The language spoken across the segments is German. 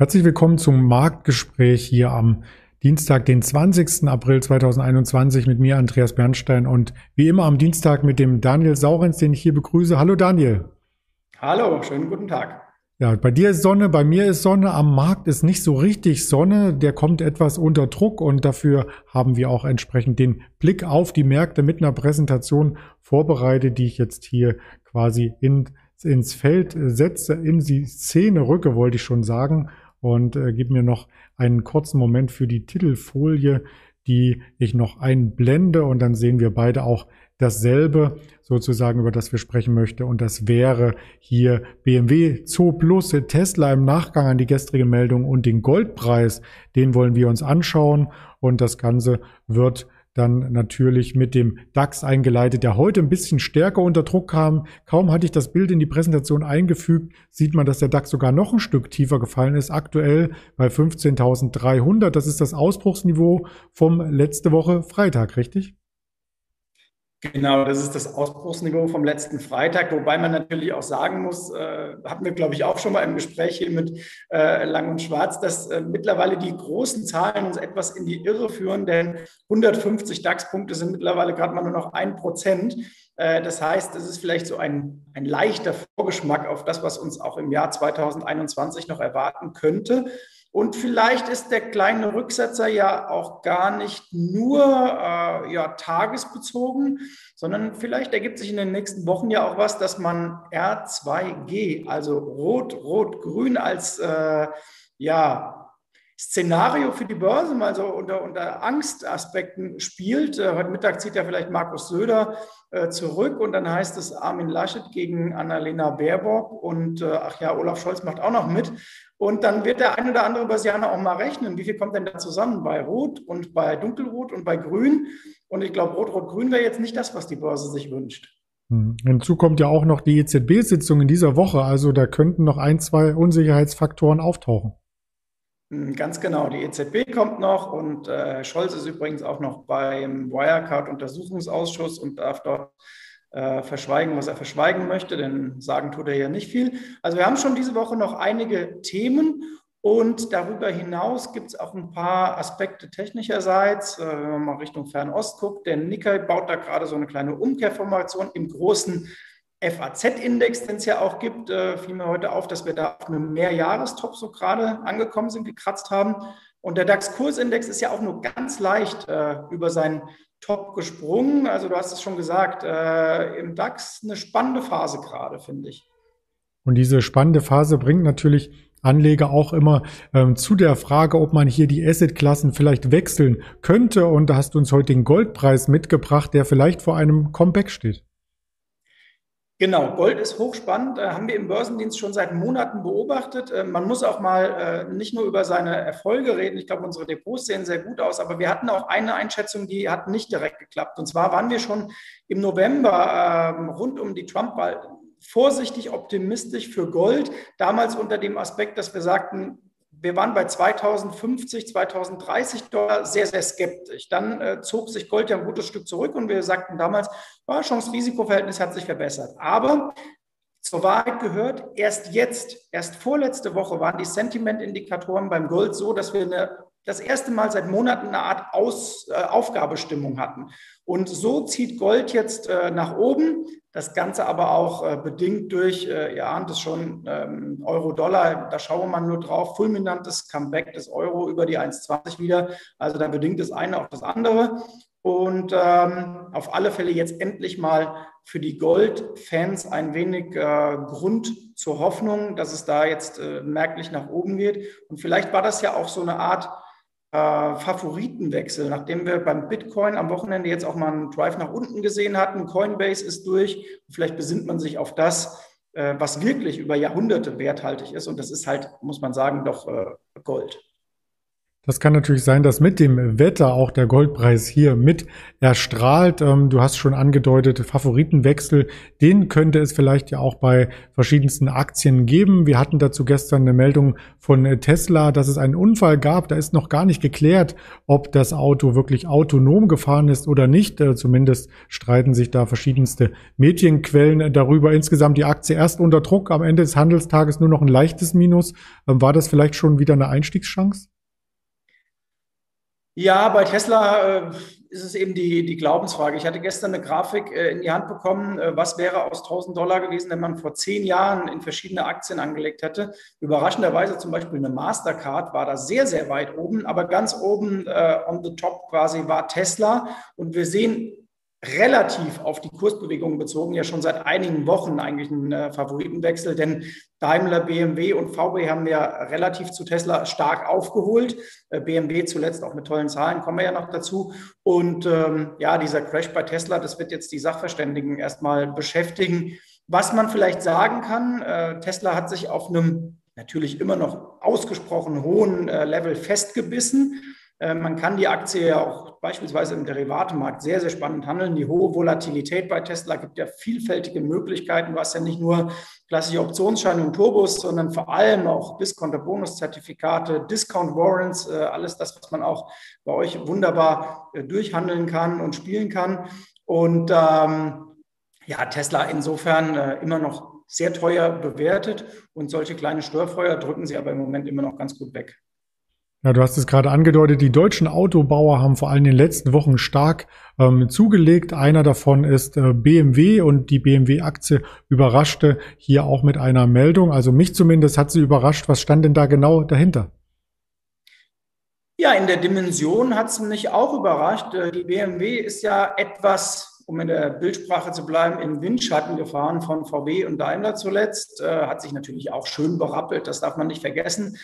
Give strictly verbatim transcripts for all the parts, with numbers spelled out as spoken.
Herzlich willkommen zum Marktgespräch hier am Dienstag, den zwanzigsten April zweitausendeinundzwanzig mit mir, Andreas Bernstein, und wie immer am Dienstag mit dem Daniel Saurenz, den ich hier begrüße. Hallo Daniel. Hallo, schönen guten Tag. Ja, bei dir ist Sonne, bei mir ist Sonne, am Markt ist nicht so richtig Sonne, der kommt etwas unter Druck und dafür haben wir auch entsprechend den Blick auf die Märkte mit einer Präsentation vorbereitet, die ich jetzt hier quasi in, ins Feld setze, in die Szene rücke, wollte ich schon sagen. Und äh, gib mir noch einen kurzen Moment für die Titelfolie, die ich noch einblende, und dann sehen wir beide auch dasselbe sozusagen, über das wir sprechen möchten, und das wäre hier B M W, Zo Plus, Tesla im Nachgang an die gestrige Meldung und den Goldpreis, den wollen wir uns anschauen, und das Ganze wird dann natürlich mit dem DAX eingeleitet, der heute ein bisschen stärker unter Druck kam. Kaum hatte ich das Bild in die Präsentation eingefügt, sieht man, dass der DAX sogar noch ein Stück tiefer gefallen ist, aktuell bei fünfzehntausenddreihundert. Das ist das Ausbruchsniveau vom letzte Woche Freitag, richtig? Genau, das ist das Ausbruchsniveau vom letzten Freitag, wobei man natürlich auch sagen muss, äh, hatten wir, glaube ich, auch schon mal im Gespräch hier mit äh, Lang und Schwarz, dass äh, mittlerweile die großen Zahlen uns etwas in die Irre führen, denn hundertfünfzig DAX-Punkte sind mittlerweile gerade mal nur noch ein Prozent. Äh, das heißt, es ist vielleicht so ein, ein leichter Vorgeschmack auf das, was uns auch im Jahr zweitausendeinundzwanzig noch erwarten könnte. Und vielleicht ist der kleine Rücksetzer ja auch gar nicht nur äh, ja, tagesbezogen, sondern vielleicht ergibt sich in den nächsten Wochen ja auch was, dass man R zwei G, also Rot, Rot, Grün als äh, ja, Szenario für die Börse mal so unter, unter Angstaspekten spielt. Äh, heute Mittag zieht ja vielleicht Markus Söder äh, zurück und dann heißt es Armin Laschet gegen Annalena Baerbock und äh, ach ja, Olaf Scholz macht auch noch mit. Und dann wird der ein oder andere Börsianer auch mal rechnen, wie viel kommt denn da zusammen bei Rot und bei Dunkelrot und bei Grün. Und ich glaube, Rot-Rot-Grün wäre jetzt nicht das, was die Börse sich wünscht. Hm. Hinzu kommt ja auch noch die E Z B-Sitzung in dieser Woche, also da könnten noch ein, zwei Unsicherheitsfaktoren auftauchen. Ganz genau, die E Z B kommt noch und äh, Scholz ist übrigens auch noch beim Wirecard-Untersuchungsausschuss und darf dort äh, verschweigen, was er verschweigen möchte, denn sagen tut er ja nicht viel. Also wir haben schon diese Woche noch einige Themen und darüber hinaus gibt es auch ein paar Aspekte technischerseits, äh, wenn man mal Richtung Fernost guckt. Der Nikkei baut da gerade so eine kleine Umkehrformation im großen F A Z-Index, den es ja auch gibt, äh, fiel mir heute auf, dass wir da auf einem Mehrjahrestop so gerade angekommen sind, gekratzt haben. Und der DAX-Kursindex ist ja auch nur ganz leicht äh, über seinen Top gesprungen. Also du hast es schon gesagt, äh, im DAX eine spannende Phase gerade, finde ich. Und diese spannende Phase bringt natürlich Anleger auch immer ähm, zu der Frage, ob man hier die Assetklassen vielleicht wechseln könnte. Und da hast du uns heute den Goldpreis mitgebracht, der vielleicht vor einem Comeback steht. Genau, Gold ist hochspannend, äh, haben wir im Börsendienst schon seit Monaten beobachtet. Äh, man muss auch mal äh, nicht nur über seine Erfolge reden. Ich glaube, unsere Depots sehen sehr gut aus, aber wir hatten auch eine Einschätzung, die hat nicht direkt geklappt. Und zwar waren wir schon im November äh, rund um die Trump-Wahl vorsichtig optimistisch für Gold. Damals unter dem Aspekt, dass wir sagten, wir waren bei zweitausendfünfzig, zweitausenddreißig Dollar sehr, sehr skeptisch. Dann äh, zog sich Gold ja ein gutes Stück zurück und wir sagten damals, ja, Chance-Risiko-Verhältnis hat sich verbessert. Aber zur Wahrheit gehört, erst jetzt, erst vorletzte Woche waren die Sentiment-Indikatoren beim Gold so, dass wir eine, das erste Mal seit Monaten eine Art Aus, äh, Aufgabestimmung hatten. Und so zieht Gold jetzt äh, nach oben. Das Ganze aber auch äh, bedingt durch, äh, ihr ahnt es schon, ähm, Euro-Dollar, da schaue man nur drauf, fulminantes Comeback des Euro über die eins Komma zwanzig wieder. Also da bedingt das eine auch das andere. Und ähm, auf alle Fälle jetzt endlich mal für die Gold-Fans ein wenig äh, Grund zur Hoffnung, dass es da jetzt äh, merklich nach oben geht. Und vielleicht war das ja auch so eine Art Äh, Favoritenwechsel, nachdem wir beim Bitcoin am Wochenende jetzt auch mal einen Drive nach unten gesehen hatten. Coinbase ist durch. Vielleicht besinnt man sich auf das, äh, was wirklich über Jahrhunderte werthaltig ist. Und das ist halt, muss man sagen, doch äh, Gold. Das kann natürlich sein, dass mit dem Wetter auch der Goldpreis hier mit erstrahlt. Ähm, du hast schon angedeutet, Favoritenwechsel, den könnte es vielleicht ja auch bei verschiedensten Aktien geben. Wir hatten dazu gestern eine Meldung von Tesla, dass es einen Unfall gab. Da ist noch gar nicht geklärt, ob das Auto wirklich autonom gefahren ist oder nicht. Äh, zumindest streiten sich da verschiedenste Medienquellen darüber. Insgesamt die Aktie erst unter Druck, am Ende des Handelstages nur noch ein leichtes Minus. Ähm, war das vielleicht schon wieder eine Einstiegschance? Ja, bei Tesla äh, ist es eben die, die Glaubensfrage. Ich hatte gestern eine Grafik äh, in die Hand bekommen, äh, was wäre aus tausend Dollar gewesen, wenn man vor zehn Jahren in verschiedene Aktien angelegt hätte. Überraschenderweise zum Beispiel eine Mastercard war da sehr, sehr weit oben, aber ganz oben äh, on the top quasi war Tesla. Und wir sehen relativ auf die Kursbewegungen bezogen ja schon seit einigen Wochen eigentlich einen äh, Favoritenwechsel, denn Daimler, B M W und V W haben ja relativ zu Tesla stark aufgeholt. Äh, B M W zuletzt auch mit tollen Zahlen, kommen wir ja noch dazu. Und ähm, ja, dieser Crash bei Tesla, das wird jetzt die Sachverständigen erstmal beschäftigen. Was man vielleicht sagen kann, äh, Tesla hat sich auf einem natürlich immer noch ausgesprochen hohen äh, Level festgebissen. Man kann die Aktie ja auch beispielsweise im Derivatemarkt sehr, sehr spannend handeln. Die hohe Volatilität bei Tesla gibt ja vielfältige Möglichkeiten. Du hast ja nicht nur klassische Optionsscheine und Turbos, sondern vor allem auch Discounter-Bonus-Zertifikate, Discount-Warrants, alles das, was man auch bei euch wunderbar durchhandeln kann und spielen kann. Und ähm, ja, Tesla insofern äh, immer noch sehr teuer bewertet und solche kleine Störfeuer drücken sie aber im Moment immer noch ganz gut weg. Ja, du hast es gerade angedeutet, die deutschen Autobauer haben vor allem in den letzten Wochen stark ähm, zugelegt. Einer davon ist äh, B M W und die B M W-Aktie überraschte hier auch mit einer Meldung. Also mich zumindest hat sie überrascht. Was stand denn da genau dahinter? Ja, in der Dimension hat es mich auch überrascht. Die B M W ist ja etwas, um in der Bildsprache zu bleiben, im Windschatten gefahren von V W und Daimler zuletzt. Äh, hat sich natürlich auch schön berappelt, das darf man nicht vergessen.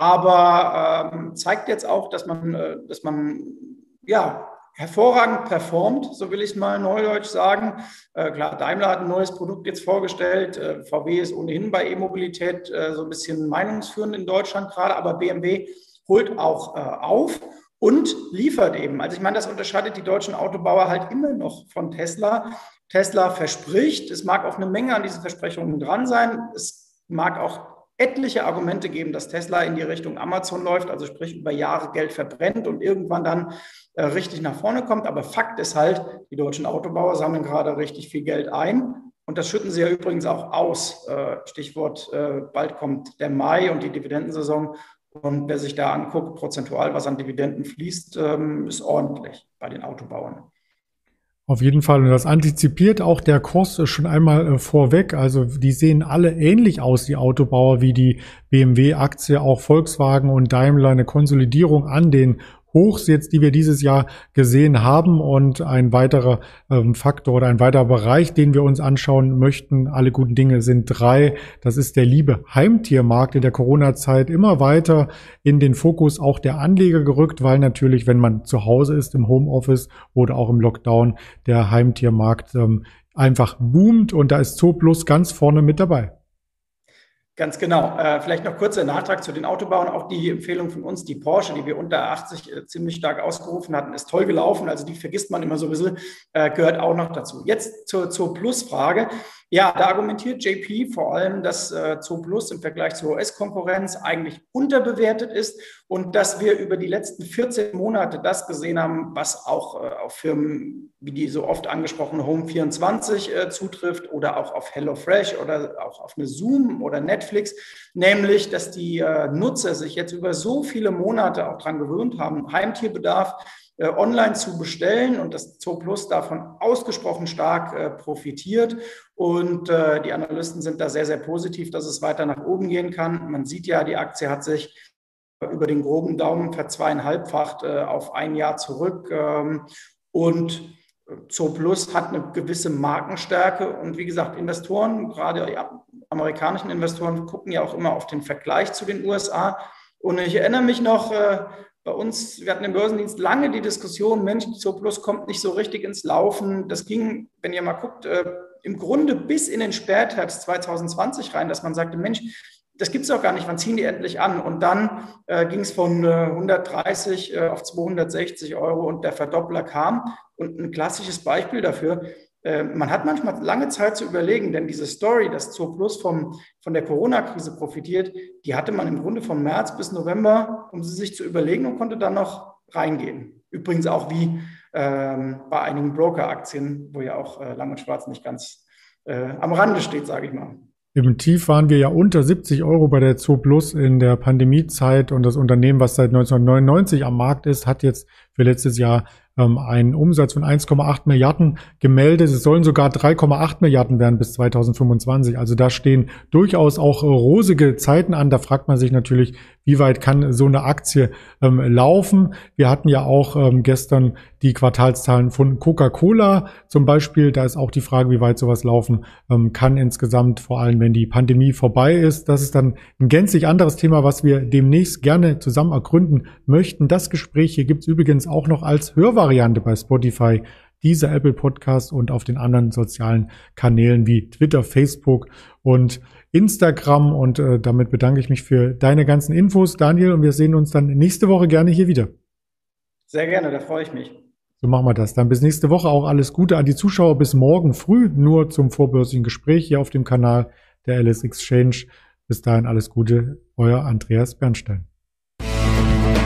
Aber ähm, zeigt jetzt auch, dass man, äh, dass man ja, hervorragend performt, so will ich es mal neudeutsch sagen. Äh, klar, Daimler hat ein neues Produkt jetzt vorgestellt. Äh, V W ist ohnehin bei E-Mobilität äh, so ein bisschen meinungsführend in Deutschland gerade, aber B M W holt auch äh, auf und liefert eben. Also ich meine, das unterscheidet die deutschen Autobauer halt immer noch von Tesla. Tesla verspricht, es mag auch eine Menge an diesen Versprechungen dran sein. Es mag auch etliche Argumente geben, dass Tesla in die Richtung Amazon läuft, also sprich über Jahre Geld verbrennt und irgendwann dann äh, richtig nach vorne kommt. Aber Fakt ist halt, die deutschen Autobauer sammeln gerade richtig viel Geld ein. Und das schütten sie ja übrigens auch aus. Äh, Stichwort, äh, bald kommt der Mai und die Dividendensaison. Und wer sich da anguckt, prozentual, was an Dividenden fließt, ähm, ist ordentlich bei den Autobauern. Auf jeden Fall. Und das antizipiert auch der Kurs schon einmal äh, vorweg. Also die sehen alle ähnlich aus, die Autobauer, wie die B M W-Aktie, auch Volkswagen und Daimler, eine Konsolidierung an den Hochs jetzt, die wir dieses Jahr gesehen haben. Und ein weiterer ähm, Faktor oder ein weiterer Bereich, den wir uns anschauen möchten, alle guten Dinge sind drei. Das ist der liebe Heimtiermarkt in der Corona-Zeit immer weiter in den Fokus auch der Anleger gerückt, weil natürlich, wenn man zu Hause ist, im Homeoffice oder auch im Lockdown, der Heimtiermarkt ähm, einfach boomt und da ist Zooplus ganz vorne mit dabei. Ganz genau. Äh, vielleicht noch kurzer Nachtrag zu den Autobauern. Auch die Empfehlung von uns, die Porsche, die wir unter achtzig äh, ziemlich stark ausgerufen hatten, ist toll gelaufen. Also die vergisst man immer so ein bisschen, äh, gehört auch noch dazu. Jetzt zur, zur Plus-Frage. Ja, da argumentiert J P vor allem, dass äh, Zooplus im Vergleich zur U S-Konkurrenz eigentlich unterbewertet ist und dass wir über die letzten vierzehn Monate das gesehen haben, was auch äh, auf Firmen wie die so oft angesprochene Home vierundzwanzig äh, zutrifft oder auch auf HelloFresh oder auch auf eine Zoom oder Netflix, nämlich, dass die äh, Nutzer sich jetzt über so viele Monate auch dran gewöhnt haben, Heimtierbedarf äh, online zu bestellen und das Zooplus davon ausgesprochen stark äh, profitiert. Und äh, die Analysten sind da sehr, sehr positiv, dass es weiter nach oben gehen kann. Man sieht ja, die Aktie hat sich über den groben Daumen verzweieinhalbfacht äh, auf ein Jahr zurück. Ähm, und Zooplus hat eine gewisse Markenstärke. Und wie gesagt, Investoren, gerade die amerikanischen Investoren, gucken ja auch immer auf den Vergleich zu den U S A. Und ich erinnere mich noch, äh, bei uns, wir hatten im Börsendienst lange die Diskussion, Mensch, Zooplus kommt nicht so richtig ins Laufen. Das ging, wenn ihr mal guckt, äh, im Grunde bis in den Spätherbst zwanzig zwanzig rein, dass man sagte, Mensch, das gibt es doch gar nicht, wann ziehen die endlich an? Und dann äh, ging es von äh, hundertdreißig äh, auf zweihundertsechzig Euro und der Verdoppler kam. Und ein klassisches Beispiel dafür, äh, man hat manchmal lange Zeit zu überlegen, denn diese Story, dass Zooplus vom, von der Corona-Krise profitiert, die hatte man im Grunde von März bis November, um sie sich zu überlegen und konnte dann noch reingehen. Übrigens auch wie ähm, bei einigen Broker-Aktien, wo ja auch äh, Lang und Schwarz nicht ganz äh, am Rande steht, sage ich mal. Im Tief waren wir ja unter siebzig Euro bei der Zooplus in der Pandemiezeit und das Unternehmen, was seit neunzehnhundertneunundneunzig am Markt ist, hat jetzt für letztes Jahr ähm, einen Umsatz von eins Komma acht Milliarden gemeldet. Es sollen sogar drei Komma acht Milliarden werden bis zweitausendfünfundzwanzig. Also da stehen durchaus auch äh, rosige Zeiten an. Da fragt man sich natürlich, wie weit kann so eine Aktie ähm, laufen? Wir hatten ja auch ähm, gestern die Quartalszahlen von Coca-Cola zum Beispiel. Da ist auch die Frage, wie weit sowas laufen ähm, kann insgesamt, vor allem wenn die Pandemie vorbei ist. Das ist dann ein gänzlich anderes Thema, was wir demnächst gerne zusammen ergründen möchten. Das Gespräch hier gibt's übrigens auch noch als Hörvariante bei Spotify, dieser Apple Podcast und auf den anderen sozialen Kanälen wie Twitter, Facebook und Instagram. Und äh, damit bedanke ich mich für deine ganzen Infos, Daniel, und wir sehen uns dann nächste Woche gerne hier wieder. Sehr gerne, da freue ich mich. So machen wir das. Dann bis nächste Woche. Auch alles Gute an die Zuschauer. Bis morgen früh nur zum vorbörslichen Gespräch hier auf dem Kanal der L S Exchange. Bis dahin alles Gute. Euer Andreas Bernstein.